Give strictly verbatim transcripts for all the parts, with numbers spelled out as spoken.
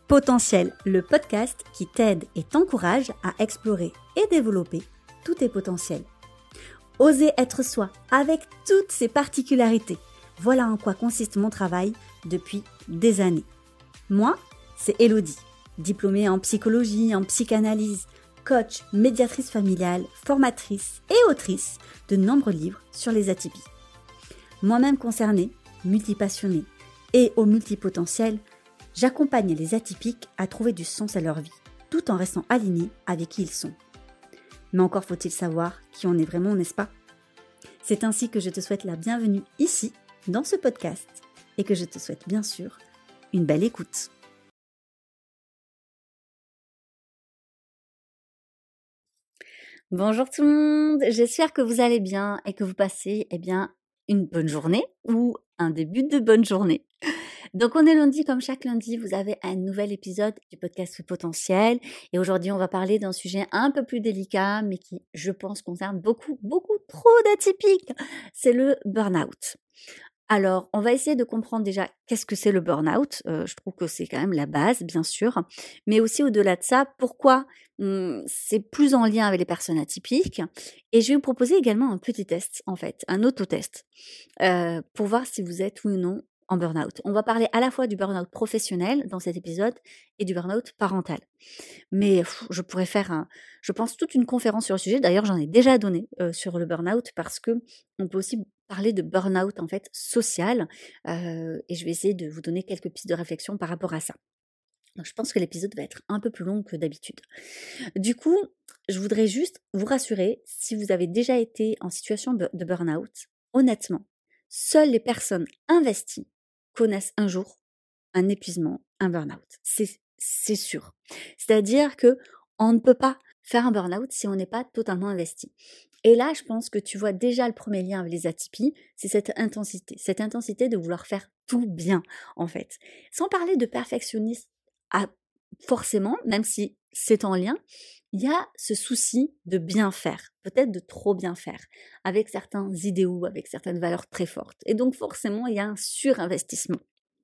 Potentiel, le podcast qui t'aide et t'encourage à explorer et développer tous tes potentiels. Oser être soi avec toutes ses particularités. Voilà en quoi consiste mon travail depuis des années. Moi, c'est Elodie, diplômée en psychologie, en psychanalyse, coach, médiatrice familiale, formatrice et autrice de nombreux livres sur les atypies. Moi-même concernée, multipassionnée et au multipotentiel, j'accompagne les atypiques à trouver du sens à leur vie, tout en restant alignés avec qui ils sont. Mais encore faut-il savoir qui on est vraiment, n'est-ce pas? C'est ainsi que je te souhaite la bienvenue ici, dans ce podcast, et que je te souhaite bien sûr une belle écoute. Bonjour tout le monde, j'espère que vous allez bien et que vous passez eh bien, une bonne journée ou un début de bonne journée. Donc on est lundi, comme chaque lundi, vous avez un nouvel épisode du podcast Potentiel. Et aujourd'hui, on va parler d'un sujet un peu plus délicat, mais qui, je pense, concerne beaucoup, beaucoup trop d'atypiques. C'est le burn-out. Alors, on va essayer de comprendre déjà qu'est-ce que c'est le burn-out. Euh, je trouve que c'est quand même la base, bien sûr. Mais aussi au-delà de ça, pourquoi hum, c'est plus en lien avec les personnes atypiques. Et je vais vous proposer également un petit test, en fait, un autotest, euh, pour voir si vous êtes oui ou non en burn-out. On va parler à la fois du burn-out professionnel dans cet épisode et du burn-out parental. Mais pff, je pourrais faire, un, je pense, toute une conférence sur le sujet. D'ailleurs, j'en ai déjà donné euh, sur le burn-out parce que on peut aussi parler de burn-out en fait social. Euh, et je vais essayer de vous donner quelques pistes de réflexion par rapport à ça. Donc, je pense que l'épisode va être un peu plus long que d'habitude. Du coup, je voudrais juste vous rassurer, si vous avez déjà été en situation de burn-out, honnêtement, seules les personnes investies connaissent un jour un épuisement, un burn-out. C'est, c'est sûr. C'est-à-dire que on ne peut pas faire un burn-out si on n'est pas totalement investi. Et là, je pense que tu vois déjà le premier lien avec les atypies, c'est cette intensité. Cette intensité de vouloir faire tout bien, en fait. Sans parler de perfectionnisme, à, forcément, même si c'est en lien, il y a ce souci de bien faire, peut-être de trop bien faire, avec certains idéaux, avec certaines valeurs très fortes. Et donc, forcément, il y a un surinvestissement.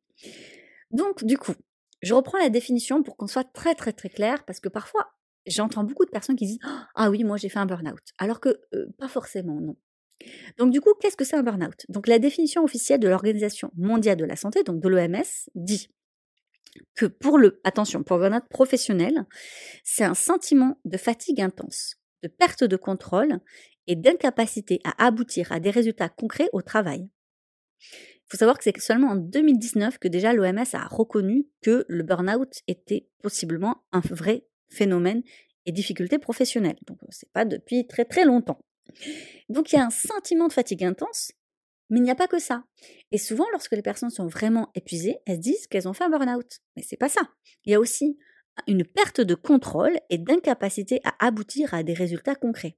Donc, du coup, je reprends la définition pour qu'on soit très, très, très clair, parce que parfois, j'entends beaucoup de personnes qui disent « Ah oui, moi, j'ai fait un burn-out », alors que euh, pas forcément, non. Donc, du coup, qu'est-ce que c'est un burn-out? Donc, la définition officielle de l'Organisation mondiale de la santé, donc de l'O M S, dit que pour le, attention, pour le burn-out professionnel, c'est un sentiment de fatigue intense, de perte de contrôle et d'incapacité à aboutir à des résultats concrets au travail. Il faut savoir que c'est seulement en deux mille dix-neuf que déjà l'O M S a reconnu que le burn-out était possiblement un vrai phénomène et difficulté professionnelle. Donc c'est pas depuis très très longtemps. Donc il y a un sentiment de fatigue intense, mais il n'y a pas que ça. Et souvent, lorsque les personnes sont vraiment épuisées, elles se disent qu'elles ont fait un burn-out. Mais c'est pas ça. Il y a aussi une perte de contrôle et d'incapacité à aboutir à des résultats concrets.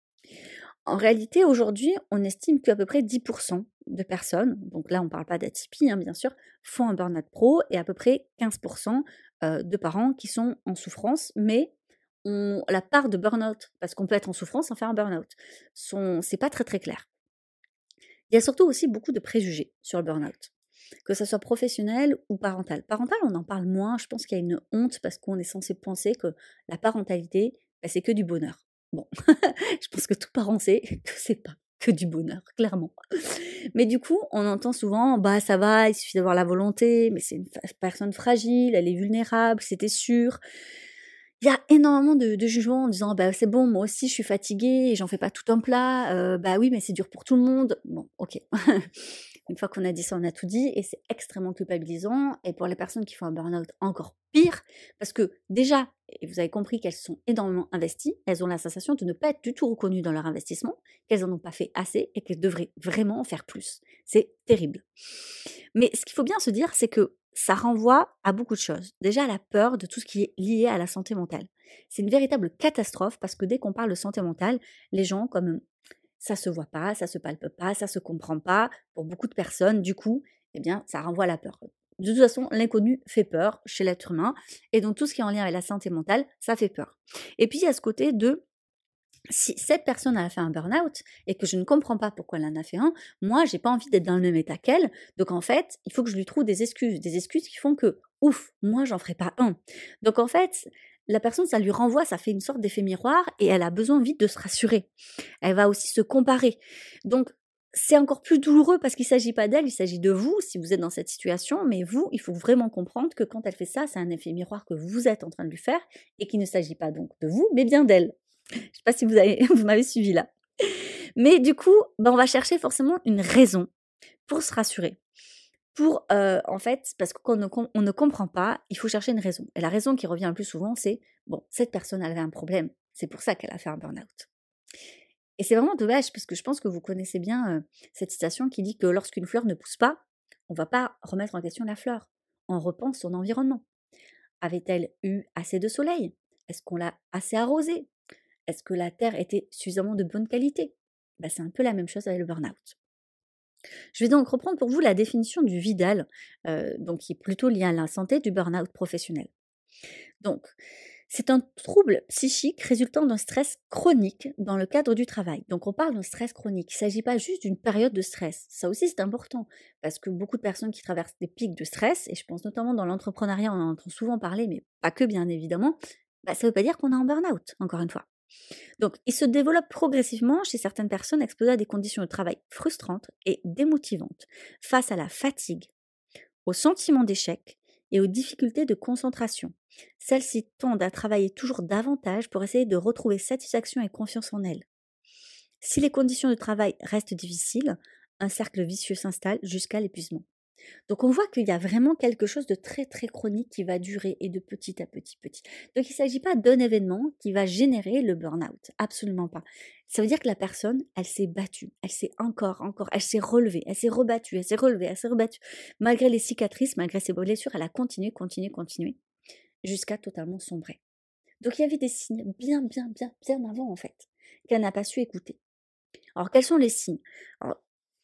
En réalité, aujourd'hui, on estime qu'à peu près dix pour cent de personnes, donc là on ne parle pas d'atypie hein, bien sûr, font un burn-out pro et à peu près quinze pour cent euh, de parents qui sont en souffrance, mais on, la part de burn-out, parce qu'on peut être en souffrance sans faire un burn-out, sont, c'est pas très très clair. Il y a surtout aussi beaucoup de préjugés sur le burn-out, que ce soit professionnel ou parental. Parental, on en parle moins, je pense qu'il y a une honte parce qu'on est censé penser que la parentalité, bah, c'est que du bonheur. Bon, je pense que tout parent sait que c'est pas que du bonheur, clairement. Mais du coup, on entend souvent, bah ça va, il suffit d'avoir la volonté, mais c'est une personne fragile, elle est vulnérable, c'était sûr. Il y a énormément de, de jugements en disant, bah c'est bon, moi aussi je suis fatiguée et j'en fais pas tout un plat, euh, bah oui, mais c'est dur pour tout le monde. Bon, ok. Une fois qu'on a dit ça, on a tout dit et c'est extrêmement culpabilisant. Et pour les personnes qui font un burn-out, encore pire, parce que déjà, et vous avez compris qu'elles sont énormément investies, elles ont la sensation de ne pas être du tout reconnues dans leur investissement, qu'elles n'en ont pas fait assez et qu'elles devraient vraiment en faire plus. C'est terrible. Mais ce qu'il faut bien se dire, c'est que ça renvoie à beaucoup de choses. Déjà, à la peur de tout ce qui est lié à la santé mentale. C'est une véritable catastrophe parce que dès qu'on parle de santé mentale, les gens, comme ça se voit pas, ça se palpe pas, ça se comprend pas, pour beaucoup de personnes, du coup, eh bien, ça renvoie à la peur. De toute façon, l'inconnu fait peur chez l'être humain, et donc tout ce qui est en lien avec la santé mentale, ça fait peur. Et puis, il y a ce côté de Si cette personne a fait un burn-out et que je ne comprends pas pourquoi elle en a fait un, moi, j'ai pas envie d'être dans le même état qu'elle. Donc en fait, il faut que je lui trouve des excuses, des excuses qui font que, ouf, moi, j'en ferai pas un. Donc en fait, la personne, ça lui renvoie, ça fait une sorte d'effet miroir et elle a besoin vite de se rassurer. Elle va aussi se comparer. Donc c'est encore plus douloureux parce qu'il ne s'agit pas d'elle, il s'agit de vous si vous êtes dans cette situation. Mais vous, il faut vraiment comprendre que quand elle fait ça, c'est un effet miroir que vous êtes en train de lui faire et qu'il ne s'agit pas donc de vous, mais bien d'elle. Je ne sais pas si vous, avez, vous m'avez suivi là. Mais du coup, ben on va chercher forcément une raison pour se rassurer. Pour, euh, en fait, parce qu'on ne, on ne comprend pas, il faut chercher une raison. Et la raison qui revient le plus souvent, c'est, bon, cette personne elle avait un problème, c'est pour ça qu'elle a fait un burn-out. Et c'est vraiment dommage, parce que je pense que vous connaissez bien euh, cette citation qui dit que lorsqu'une fleur ne pousse pas, on ne va pas remettre en question la fleur. On repense son environnement. Avait-elle eu assez de soleil? Est-ce qu'on l'a assez arrosée? Est-ce que la terre était suffisamment de bonne qualité? Ben, c'est un peu la même chose avec le burn-out. Je vais donc reprendre pour vous la définition du Vidal, euh, donc qui est plutôt liée à la santé du burn-out professionnel. Donc, c'est un trouble psychique résultant d'un stress chronique dans le cadre du travail. Donc, on parle d'un stress chronique. Il ne s'agit pas juste d'une période de stress. Ça aussi, c'est important parce que beaucoup de personnes qui traversent des pics de stress, et je pense notamment dans l'entrepreneuriat, on en entend souvent parler, mais pas que bien évidemment, bah, ça ne veut pas dire qu'on est en burn-out, encore une fois. Donc, il se développe progressivement chez certaines personnes exposées à des conditions de travail frustrantes et démotivantes, face à la fatigue, au sentiment d'échec et aux difficultés de concentration. Celles-ci tendent à travailler toujours davantage pour essayer de retrouver satisfaction et confiance en elles. Si les conditions de travail restent difficiles, un cercle vicieux s'installe jusqu'à l'épuisement. Donc on voit qu'il y a vraiment quelque chose de très très chronique qui va durer et de petit à petit petit. Donc il ne s'agit pas d'un événement qui va générer le burn-out, absolument pas. Ça veut dire que la personne, elle s'est battue, elle s'est encore, encore, elle s'est relevée, elle s'est rebattue, elle s'est relevée, elle s'est rebattue. Malgré les cicatrices, malgré ses blessures, elle a continué, continué, continué, jusqu'à totalement sombrer. Donc il y avait des signes bien, bien, bien, bien avant en fait, qu'elle n'a pas su écouter. Alors quels sont les signes? Alors,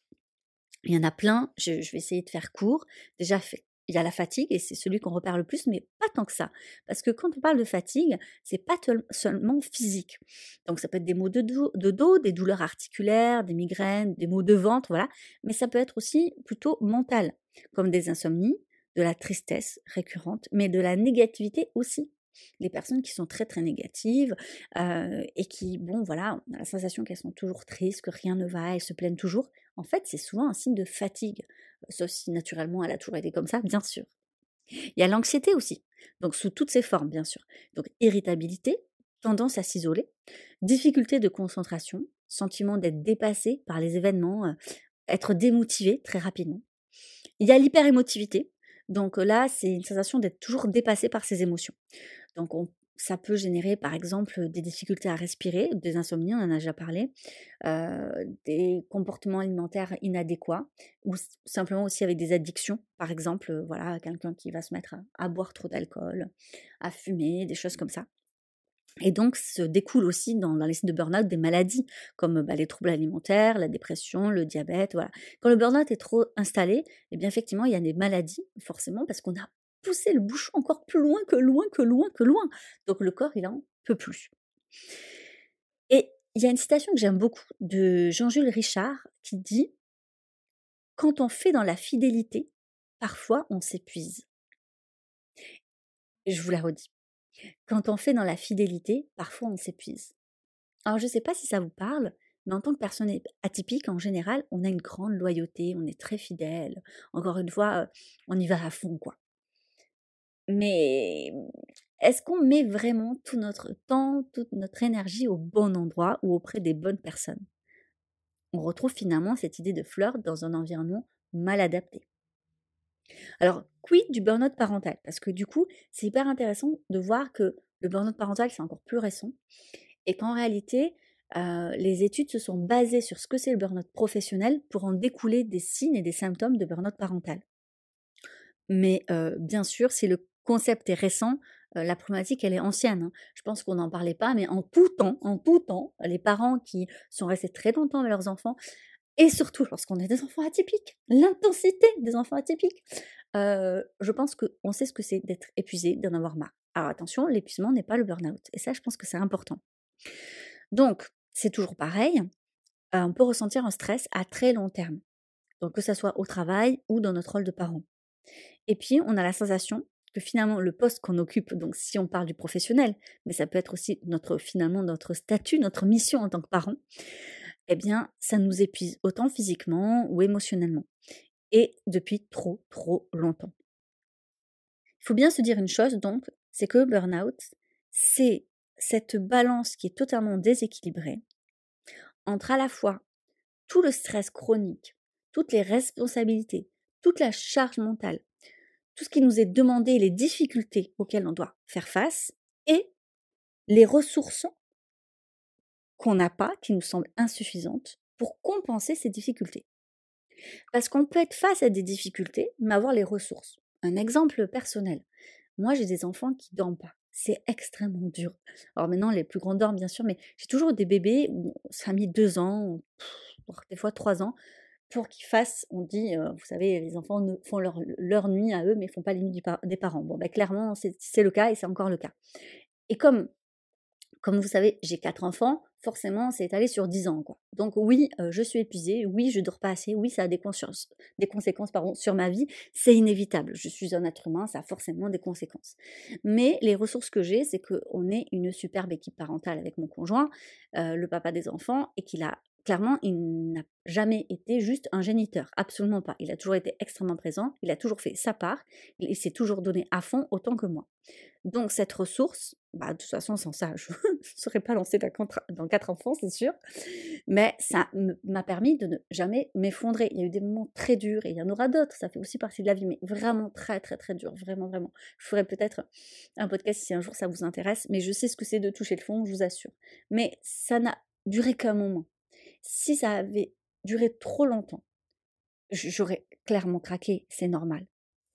il y en a plein, je, je vais essayer de faire court. Déjà, il y a la fatigue et c'est celui qu'on repère le plus, mais pas tant que ça. Parce que quand on parle de fatigue, c'est pas seulement physique. Donc ça peut être des maux de dos, de dos, des douleurs articulaires, des migraines, des maux de ventre, voilà. Mais ça peut être aussi plutôt mental, comme des insomnies, de la tristesse récurrente, mais de la négativité aussi. Les personnes qui sont très très négatives euh, et qui, bon voilà, on a la sensation qu'elles sont toujours tristes, que rien ne va, elles se plaignent toujours. En fait, c'est souvent un signe de fatigue, sauf si naturellement elle a toujours été comme ça, bien sûr. Il y a l'anxiété aussi, donc sous toutes ses formes, bien sûr. Donc irritabilité, tendance à s'isoler, difficulté de concentration, sentiment d'être dépassé par les événements, euh, être démotivé très rapidement. Il y a l'hyperémotivité, donc là, c'est une sensation d'être toujours dépassé par ses émotions. Donc on ça peut générer par exemple des difficultés à respirer, des insomnies, on en a déjà parlé, euh, des comportements alimentaires inadéquats ou s- simplement aussi avec des addictions, par exemple, euh, voilà, quelqu'un qui va se mettre à, à boire trop d'alcool, à fumer, des choses comme ça. Et donc, se découle aussi dans, dans les signes de burn-out des maladies, comme bah, les troubles alimentaires, la dépression, le diabète, voilà. Quand le burn-out est trop installé, eh bien effectivement, il y a des maladies, forcément, parce qu'on a poussé le bouchon encore plus loin que loin, que loin, que loin. Donc le corps, il en peut plus. Et il y a une citation que j'aime beaucoup de Jean-Jules Richard qui dit « Quand on fait dans la fidélité, parfois on s'épuise. » Je vous la redis. Quand on fait dans la fidélité, parfois on s'épuise. Alors je ne sais pas si ça vous parle, mais en tant que personne atypique, en général, on a une grande loyauté, on est très fidèle. Encore une fois, on y va à fond, quoi. Mais est-ce qu'on met vraiment tout notre temps, toute notre énergie au bon endroit ou auprès des bonnes personnes? On retrouve finalement cette idée de fleur dans un environnement mal adapté. Alors, quid du burn-out parental? Parce que du coup, c'est hyper intéressant de voir que le burn-out parental, c'est encore plus récent et qu'en réalité, euh, les études se sont basées sur ce que c'est le burn-out professionnel pour en découler des signes et des symptômes de burn-out parental. Mais euh, bien sûr, si le concept est récent, euh, la problématique, elle est ancienne. Hein. Je pense qu'on n'en parlait pas, mais en tout temps, en tout temps, les parents qui sont restés très longtemps avec leurs enfants, et surtout lorsqu'on est des enfants atypiques, l'intensité des enfants atypiques, euh, je pense qu'on sait ce que c'est d'être épuisé, d'en avoir marre. Alors attention, l'épuisement n'est pas le burn-out. Et ça, je pense que c'est important. Donc, c'est toujours pareil, euh, on peut ressentir un stress à très long terme. Donc, que ça soit au travail ou dans notre rôle de parent. Et puis, on a la sensation que finalement, le poste qu'on occupe, donc si on parle du professionnel, mais ça peut être aussi notre, finalement notre statut, notre mission en tant que parent, eh bien, ça nous épuise autant physiquement ou émotionnellement. Et depuis trop, trop longtemps. Il faut bien se dire une chose donc, c'est que le burn-out, c'est cette balance qui est totalement déséquilibrée entre à la fois tout le stress chronique, toutes les responsabilités, toute la charge mentale, tout ce qui nous est demandé, les difficultés auxquelles on doit faire face et les ressources qu'on n'a pas, qui nous semblent insuffisantes pour compenser ces difficultés. Parce qu'on peut être face à des difficultés, mais avoir les ressources. Un exemple personnel. Moi, j'ai des enfants qui dorment pas. C'est extrêmement dur. Alors maintenant, les plus grands dorment, bien sûr, mais j'ai toujours des bébés où ça a mis deux ans, pff, des fois trois ans, pour qu'ils fassent, on dit, euh, vous savez, les enfants ne font leur, leur nuit à eux, mais font pas les nuits du par- des parents. Bon, ben clairement, c'est c'est le cas et c'est encore le cas. Et comme comme vous savez, j'ai quatre enfants, forcément, c'est étalé sur dix ans, quoi. Donc oui, heu, je suis épuisée, oui, je dors pas assez, oui, ça a des consciences des conséquences, pardon, sur ma vie, c'est inévitable. Je suis un être humain, ça a forcément des conséquences. Mais les ressources que j'ai, c'est qu'on est une superbe équipe parentale avec mon conjoint, heu, le papa des enfants et qu'il a clairement, il n'a jamais été juste un géniteur, absolument pas. Il a toujours été extrêmement présent, il a toujours fait sa part, il s'est toujours donné à fond autant que moi. Donc cette ressource, bah, de toute façon sans ça, je ne serais pas lancée dans quatre dans quatre enfants, c'est sûr. Mais ça me m'a permis de ne jamais m'effondrer. Il y a eu des moments très durs et il y en aura d'autres, ça fait aussi partie de la vie, mais vraiment très, très, très dur, vraiment, vraiment. Je ferai peut-être un podcast si un jour ça vous intéresse, mais je sais ce que c'est de toucher le fond, je vous assure. Mais ça n'a duré qu'un moment. Si ça avait duré trop longtemps, j j'aurais clairement craqué, c'est normal.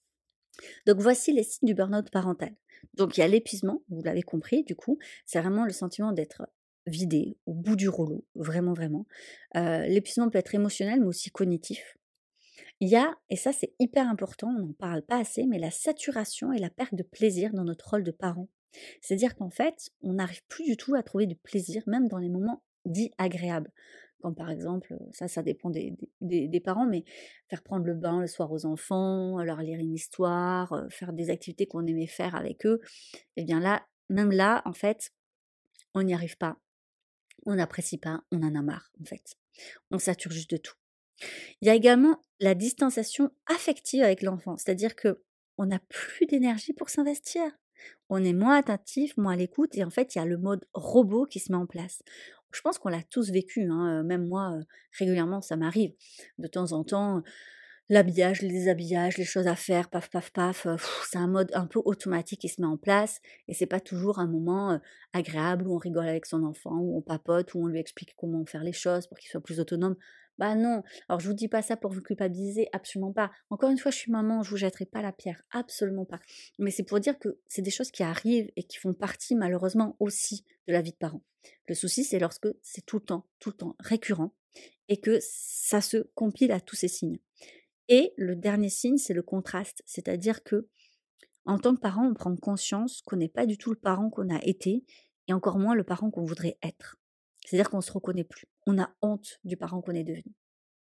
Donc voici les signes du burn-out parental. Donc il y a l'épuisement, vous l'avez compris du coup, c'est vraiment le sentiment d'être vidé, au bout du rouleau, vraiment vraiment. Euh, l'épuisement peut être émotionnel mais aussi cognitif. Il y a, et ça c'est hyper important, on n'en parle pas assez, mais la saturation et la perte de plaisir dans notre rôle de parent. C'est-à-dire qu'en fait, on n'arrive plus du tout à trouver du plaisir, même dans les moments dits agréables. Comme par exemple, ça, ça dépend des, des- des parents, mais faire prendre le bain le soir aux enfants, leur lire une histoire, euh, faire des activités qu'on aimait faire avec eux, et bien là, même là, en fait, on n'y arrive pas, on n'apprécie pas, on en a marre, en fait. On sature juste de tout. Il y a également la distanciation affective avec l'enfant, c'est-à-dire que on n'a plus d'énergie pour s'investir. On est moins attentif, moins à l'écoute, et en fait, il y a le mode robot qui se met en place. Je pense qu'on l'a tous vécu, hein, euh, même moi, euh, régulièrement, ça m'arrive. De temps en temps, l'habillage, le déshabillage, les choses à faire, paf, paf, paf, euh, pff, c'est un mode un peu automatique qui se met en place, et c'est pas toujours un moment euh, agréable où on rigole avec son enfant, où on papote, où on lui explique comment faire les choses pour qu'il soit plus autonome. Bah non, alors je vous dis pas ça pour vous culpabiliser, absolument pas. Encore une fois, je suis maman, je vous jetterai pas la pierre, absolument pas. Mais c'est pour dire que c'est des choses qui arrivent et qui font partie malheureusement aussi de la vie de parent. Le souci, c'est lorsque c'est tout le temps, tout le temps récurrent et que ça se compile à tous ces signes. Et le dernier signe, c'est le contraste, c'est-à-dire que en tant que parent, on prend conscience qu'on n'est pas du tout le parent qu'on a été et encore moins le parent qu'on voudrait être. C'est-à-dire qu'on ne se reconnaît plus. On a honte du parent qu'on est devenu.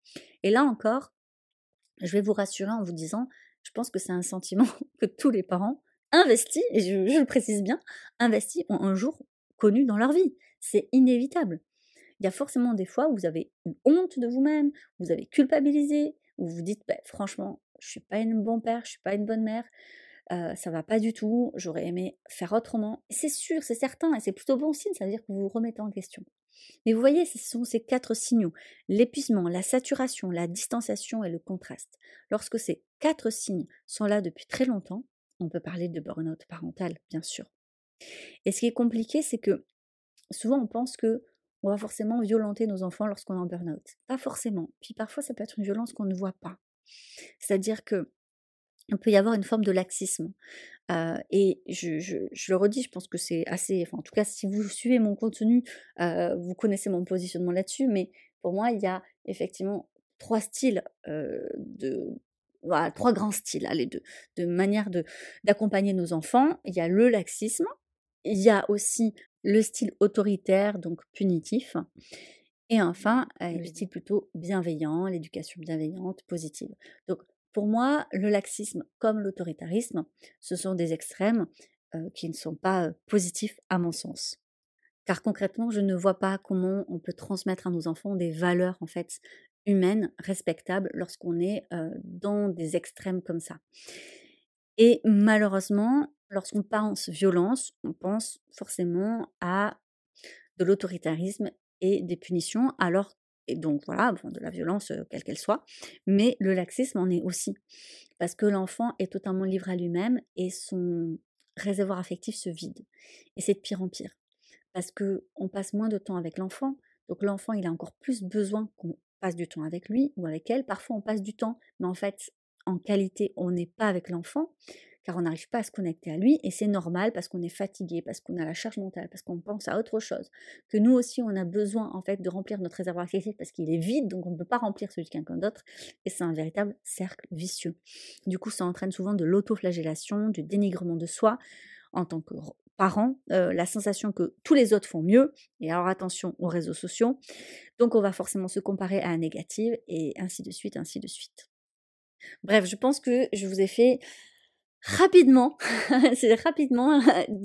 Et là encore, je vais vous rassurer en vous disant, je pense que c'est un sentiment que tous les parents investis, et je, je le précise bien, investis ont un jour connu dans leur vie. C'est inévitable. Il y a forcément des fois où vous avez eu honte de vous-même, vous avez culpabilisé, où vous vous dites, bah, franchement, je suis pas une bon père, je suis pas une bonne mère, euh, ça va pas du tout, j'aurais aimé faire autrement. Et c'est sûr, c'est certain, et c'est plutôt bon signe, ça veut dire que vous vous remettez en question. Mais vous voyez, ce sont ces quatre signaux, l'épuisement, la saturation, la distanciation et le contraste. Lorsque ces quatre signes sont là depuis très longtemps, on peut parler de burn-out parental, bien sûr. Et ce qui est compliqué, c'est que souvent on pense que on va forcément violenter nos enfants lorsqu'on est en burn-out. Pas forcément. Puis parfois, ça peut être une violence qu'on ne voit pas. C'est-à-dire que il peut y avoir une forme de laxisme. Euh, et je, je, je le redis, je pense que c'est assez... Enfin, en tout cas, si vous suivez mon contenu, euh, vous connaissez mon positionnement là-dessus, mais pour moi, il y a effectivement trois styles euh, de... Voilà, trois grands styles, allez, de, de manière de, d'accompagner nos enfants. Il y a le laxisme, il y a aussi le style autoritaire, donc punitif. Et enfin, euh, le style plutôt bienveillant, l'éducation bienveillante, positive. Donc, pour moi, le laxisme comme l'autoritarisme, ce sont des extrêmes euh, qui ne sont pas euh, positifs à mon sens. Car concrètement, je ne vois pas comment on peut transmettre à nos enfants des valeurs en fait humaines, respectables, lorsqu'on est euh, dans des extrêmes comme ça. Et malheureusement, lorsqu'on pense violence, on pense forcément à de l'autoritarisme et des punitions, alors et donc voilà, bon, de la violence euh, quelle qu'elle soit, mais le laxisme en est aussi, parce que l'enfant est totalement livré à lui-même et son réservoir affectif se vide. Et c'est de pire en pire, parce que on passe moins de temps avec l'enfant, donc l'enfant il a encore plus besoin qu'on passe du temps avec lui ou avec elle. Parfois on passe du temps, mais en fait en qualité on n'est pas avec l'enfant, car on n'arrive pas à se connecter à lui, et c'est normal parce qu'on est fatigué, parce qu'on a la charge mentale, parce qu'on pense à autre chose, que nous aussi on a besoin en fait de remplir notre réservoir affectif parce qu'il est vide, donc on ne peut pas remplir celui de quelqu'un d'autre, et c'est un véritable cercle vicieux. Du coup ça entraîne souvent de l'autoflagellation, du dénigrement de soi en tant que parent, euh, la sensation que tous les autres font mieux, et alors attention aux réseaux sociaux, donc on va forcément se comparer à la négative, et ainsi de suite, ainsi de suite. Bref, je pense que je vous ai fait rapidement, c'est rapidement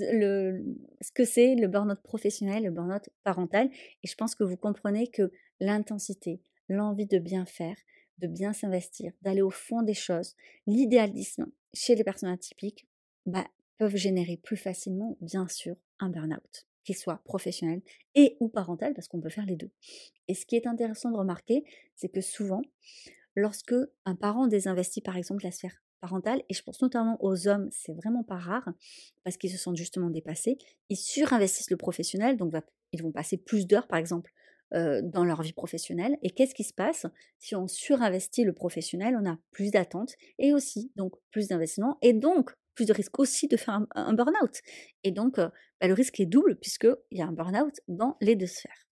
le, ce que c'est le burn-out professionnel, le burn-out parental, et je pense que vous comprenez que l'intensité, l'envie de bien faire, de bien s'investir, d'aller au fond des choses, l'idéalisme chez les personnes atypiques, bah, peuvent générer plus facilement, bien sûr, un burn-out, qu'il soit professionnel et ou parental, parce qu'on peut faire les deux. Et ce qui est intéressant de remarquer, c'est que souvent, lorsque un parent désinvestit par exemple la sphère parentale, et je pense notamment aux hommes, c'est vraiment pas rare, parce qu'ils se sentent justement dépassés, ils surinvestissent le professionnel, donc va- ils vont passer plus d'heures par exemple euh, dans leur vie professionnelle. Et qu'est-ce qui se passe si on surinvestit le professionnel? On a plus d'attentes et aussi donc plus d'investissement, et donc plus de risques aussi de faire un, un burn-out. Et donc euh, bah, le risque est double puisqu'il y a un burn-out dans les deux sphères.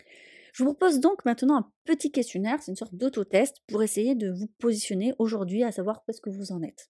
Je vous propose donc maintenant un petit questionnaire, c'est une sorte d'autotest pour essayer de vous positionner aujourd'hui, à savoir où est-ce que vous en êtes.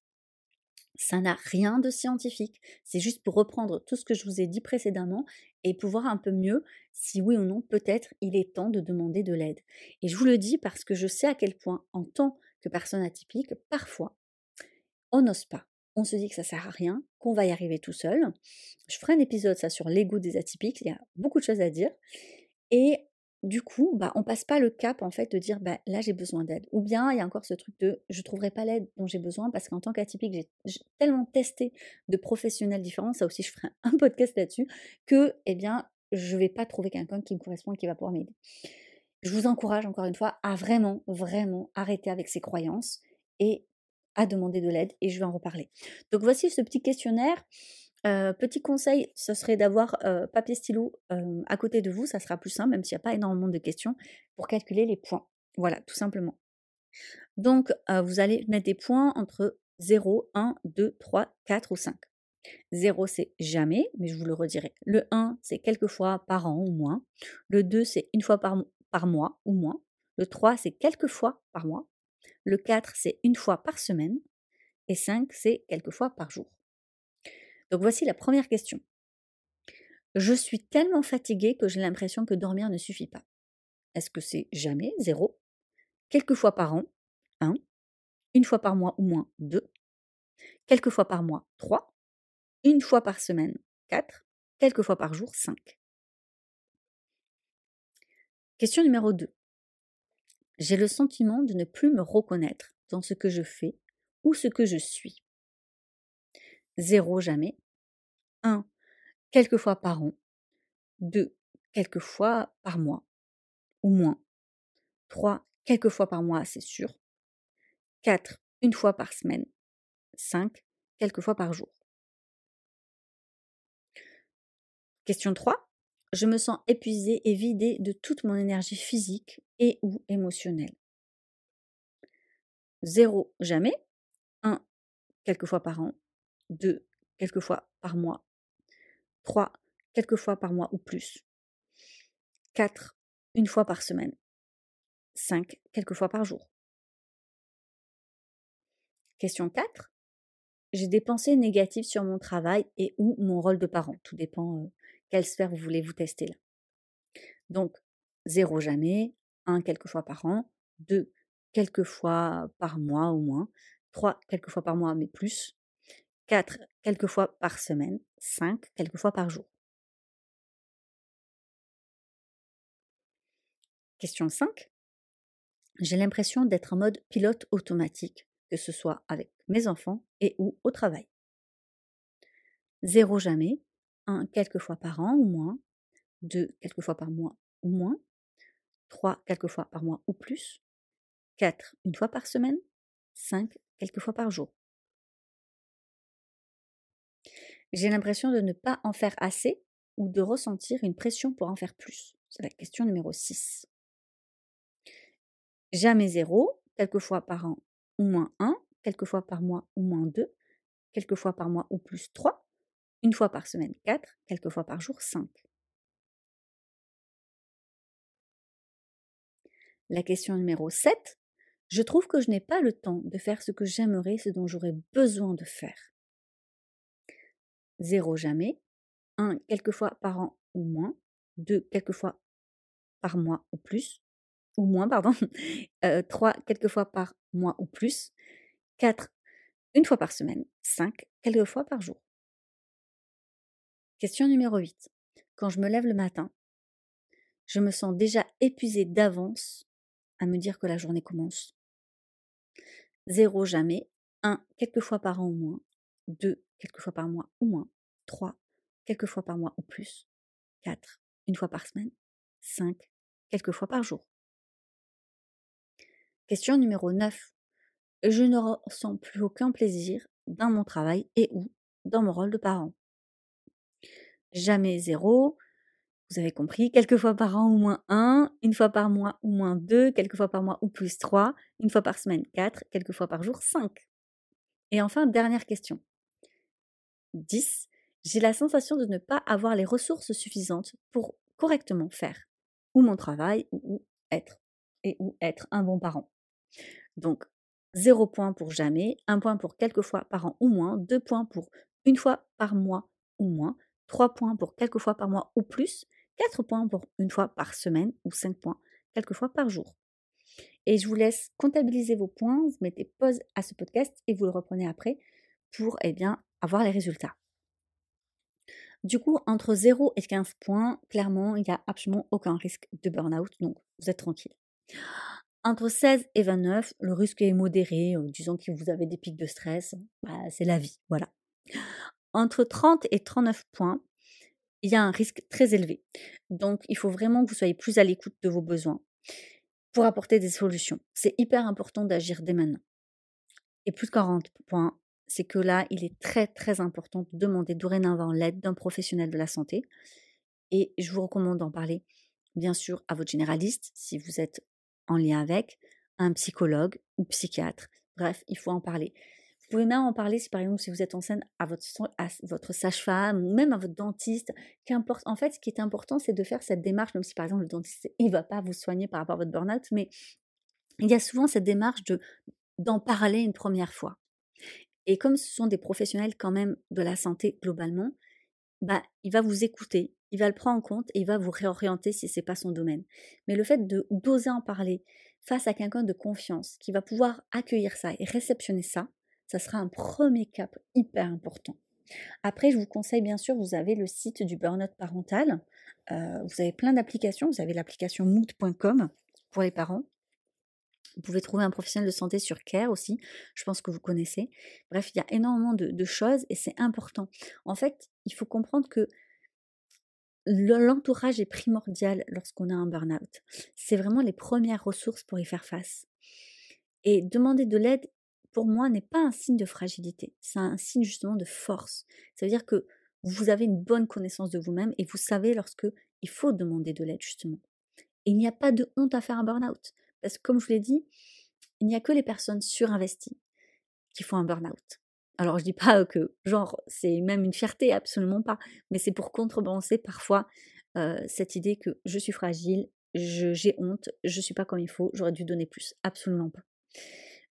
Ça n'a rien de scientifique, c'est juste pour reprendre tout ce que je vous ai dit précédemment et pour voir un peu mieux si oui ou non peut-être il est temps de demander de l'aide. Et je vous le dis parce que je sais à quel point en tant que personne atypique, parfois on n'ose pas. On se dit que ça sert à rien, qu'on va y arriver tout seul. Je ferai un épisode ça sur l'ego des atypiques, il y a beaucoup de choses à dire. Et du coup, bah, on passe pas le cap en fait de dire bah, là j'ai besoin d'aide. Ou bien il y a encore ce truc de je trouverai pas l'aide dont j'ai besoin parce qu'en tant qu'atypique, j'ai, j'ai tellement testé de professionnels différents, ça aussi je ferai un podcast là-dessus, que eh bien je vais pas trouver quelqu'un qui me correspond et qui va pouvoir m'aider. Je vous encourage encore une fois à vraiment, vraiment arrêter avec ces croyances et à demander de l'aide, et je vais en reparler. Donc voici ce petit questionnaire. Euh, petit conseil, ce serait d'avoir euh, papier stylo euh, à côté de vous, ça sera plus simple, même s'il n'y a pas énormément de questions, pour calculer les points. Voilà, tout simplement. Donc, euh, vous allez mettre des points entre zéro, un, deux, trois, quatre ou cinq. zéro, c'est jamais, mais je vous le redirai. Le un, c'est quelques fois par an ou moins. Le deux, c'est une fois par, par mois ou moins. Le trois, c'est quelques fois par mois. Le quatre, c'est une fois par semaine. Et cinq, c'est quelques fois par jour. Donc voici la première question. Je suis tellement fatiguée que j'ai l'impression que dormir ne suffit pas. Est-ce que c'est jamais, zéro, quelques fois par an, un, une fois par mois ou moins, deux, quelques fois par mois, trois, une fois par semaine, quatre, quelques fois par jour, cinq. Question numéro deux. J'ai le sentiment de ne plus me reconnaître dans ce que je fais ou ce que je suis. zéro, jamais. un, quelques fois par an. deux, quelques fois par mois ou moins. trois, quelques fois par mois, c'est sûr. quatre, une fois par semaine. cinq, quelques fois par jour. Question trois. Je me sens épuisée et vidée de toute mon énergie physique et ou émotionnelle. zéro, jamais. un, quelques fois par an. deux, quelques fois par mois. trois, quelques fois par mois ou plus. quatre, une fois par semaine. cinq, quelques fois par jour. Question quatre. j'ai des pensées négatives sur mon travail et ou mon rôle de parent. Tout dépend euh, quelle sphère vous voulez vous tester là. Donc, zéro jamais, un quelques fois par an, deux quelques fois par mois au moins, trois quelques fois par mois mais plus, quatre quelques fois par semaine, cinq quelques fois par jour. Question cinq. J'ai l'impression d'être en mode pilote automatique, que ce soit avec mes enfants et ou au travail. Zéro jamais, un quelques fois par an ou moins, deux quelques fois par mois ou moins, trois quelques fois par mois ou plus, quatre une fois par semaine, cinq quelques fois par jour. J'ai l'impression de ne pas en faire assez ou de ressentir une pression pour en faire plus. C'est la question numéro six. Jamais zéro, quelques fois par an ou moins un, quelques fois par mois ou moins deux, quelques fois par mois ou plus trois, une fois par semaine quatre, quelques fois par jour cinq. La question numéro sept. Je trouve que je n'ai pas le temps de faire ce que j'aimerais, ce dont j'aurais besoin de faire. Zéro jamais, un quelques fois par an ou moins, deux quelques fois par mois ou plus, ou moins, pardon, euh, trois quelques fois par mois ou plus, quatre une fois par semaine, cinq quelques fois par jour. Question numéro huit. Quand je me lève le matin, je me sens déjà épuisée d'avance à me dire que la journée commence. Zéro jamais, un quelques fois par an ou moins, deux quelques fois par mois ou moins, trois quelques fois par mois ou plus, quatre une fois par semaine, cinq quelques fois par jour. Question numéro neuf. Je ne ressens plus aucun plaisir dans mon travail et ou dans mon rôle de parent. Jamais zéro, vous avez compris, quelques fois par an ou moins un, une fois par mois ou moins deux, quelques fois par mois ou plus trois, une fois par semaine quatre, quelques fois par jour cinq. Et enfin, dernière question. dix. J'ai la sensation de ne pas avoir les ressources suffisantes pour correctement faire ou mon travail ou, ou être et ou être un bon parent. Donc, zéro point pour jamais, un point pour quelques fois par an ou moins, deux points pour une fois par mois ou moins, trois points pour quelques fois par mois ou plus, quatre points pour une fois par semaine ou cinq points quelques fois par jour. Et je vous laisse comptabiliser vos points, vous mettez pause à ce podcast et vous le reprenez après pour eh bien, avoir les résultats. Du coup, entre zéro et quinze points, clairement, il n'y a absolument aucun risque de burn-out, donc vous êtes tranquille. Entre seize et vingt-neuf, le risque est modéré, euh, disons que vous avez des pics de stress, bah, c'est la vie, voilà. Entre trente et trente-neuf points, il y a un risque très élevé. Donc, il faut vraiment que vous soyez plus à l'écoute de vos besoins pour apporter des solutions. C'est hyper important d'agir dès maintenant. Et plus de quarante points, c'est que là, il est très très important de demander dorénavant l'aide d'un professionnel de la santé. Et je vous recommande d'en parler, bien sûr, à votre généraliste, si vous êtes en lien avec, un psychologue ou psychiatre. Bref, il faut en parler. Vous pouvez même en parler si, par exemple, si vous êtes enceinte, à votre, à votre sage-femme ou même à votre dentiste. Qu'importe. En fait, ce qui est important, c'est de faire cette démarche, même si, par exemple, le dentiste, il ne va pas vous soigner par rapport à votre burn-out, mais il y a souvent cette démarche de, d'en parler une première fois. Et comme ce sont des professionnels quand même de la santé globalement, bah, il va vous écouter, il va le prendre en compte et il va vous réorienter si ce n'est pas son domaine. Mais le fait de d'oser en parler face à quelqu'un de confiance qui va pouvoir accueillir ça et réceptionner ça, ça sera un premier cap hyper important. Après, je vous conseille bien sûr, vous avez le site du burn-out parental, euh, vous avez plein d'applications, vous avez l'application mood point com pour les parents. Vous pouvez trouver un professionnel de santé sur Care aussi, je pense que vous connaissez. Bref, il y a énormément de, de choses et c'est important. En fait, il faut comprendre que l'entourage est primordial lorsqu'on a un burn-out. C'est vraiment les premières ressources pour y faire face. Et demander de l'aide, pour moi, n'est pas un signe de fragilité. C'est un signe justement de force. Ça veut dire que vous avez une bonne connaissance de vous-même et vous savez lorsque il faut demander de l'aide justement. Et il n'y a pas de honte à faire un burn-out. Parce que comme je vous l'ai dit, il n'y a que les personnes surinvesties qui font un burn-out. Alors je dis pas que genre c'est même une fierté, absolument pas, mais c'est pour contrebalancer parfois euh, cette idée que je suis fragile, je, j'ai honte, je suis pas comme il faut, j'aurais dû donner plus, absolument pas.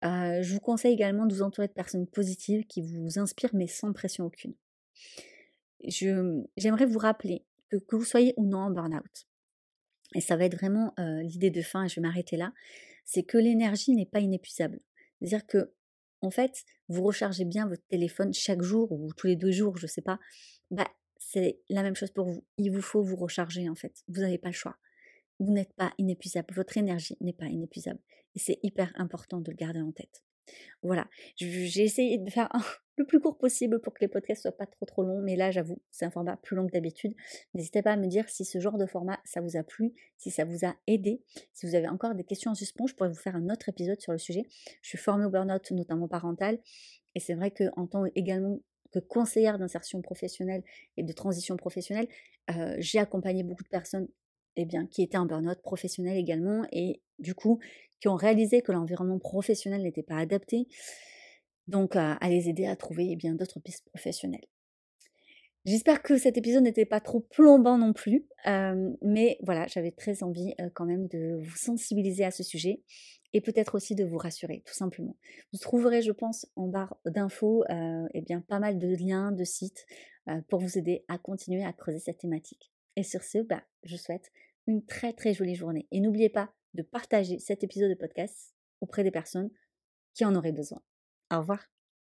Euh, je vous conseille également de vous entourer de personnes positives qui vous inspirent mais sans pression aucune. Je, j'aimerais vous rappeler que, que vous soyez ou non en burn-out, et ça va être vraiment euh, l'idée de fin, et je vais m'arrêter là, c'est que l'énergie n'est pas inépuisable. C'est-à-dire que, en fait, vous rechargez bien votre téléphone chaque jour ou tous les deux jours, je ne sais pas, bah, c'est la même chose pour vous. Il vous faut vous recharger, en fait. Vous n'avez pas le choix. Vous n'êtes pas inépuisable. Votre énergie n'est pas inépuisable. Et c'est hyper important de le garder en tête. Voilà, j'ai essayé de faire un, le plus court possible pour que les podcasts soient pas trop trop longs, mais là j'avoue, c'est un format plus long que d'habitude. N'hésitez pas à me dire si ce genre de format, ça vous a plu, si ça vous a aidé. Si vous avez encore des questions en suspens, je pourrais vous faire un autre épisode sur le sujet. Je suis formée au burn-out, notamment parental, et c'est vrai qu'en tant également que conseillère d'insertion professionnelle et de transition professionnelle, euh, j'ai accompagné beaucoup de personnes eh bien, qui étaient en burn-out professionnel également, et du coup, qui ont réalisé que l'environnement professionnel n'était pas adapté, donc à, à les aider à trouver eh bien, d'autres pistes professionnelles. J'espère que cet épisode n'était pas trop plombant non plus, euh, mais voilà, j'avais très envie euh, quand même de vous sensibiliser à ce sujet et peut-être aussi de vous rassurer, tout simplement. Vous trouverez, je pense, en barre d'infos euh, eh bien, pas mal de liens, de sites euh, pour vous aider à continuer à creuser cette thématique. Et sur ce, bah, je souhaite une très très jolie journée. Et n'oubliez pas de partager cet épisode de podcast auprès des personnes qui en auraient besoin. Au revoir.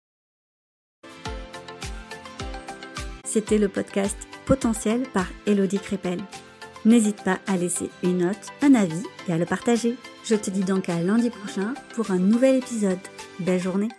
C'était le podcast Potentiel par Élodie Crépel. N'hésite pas à laisser une note, un avis et à le partager. Je te dis donc à lundi prochain pour un nouvel épisode. Belle journée!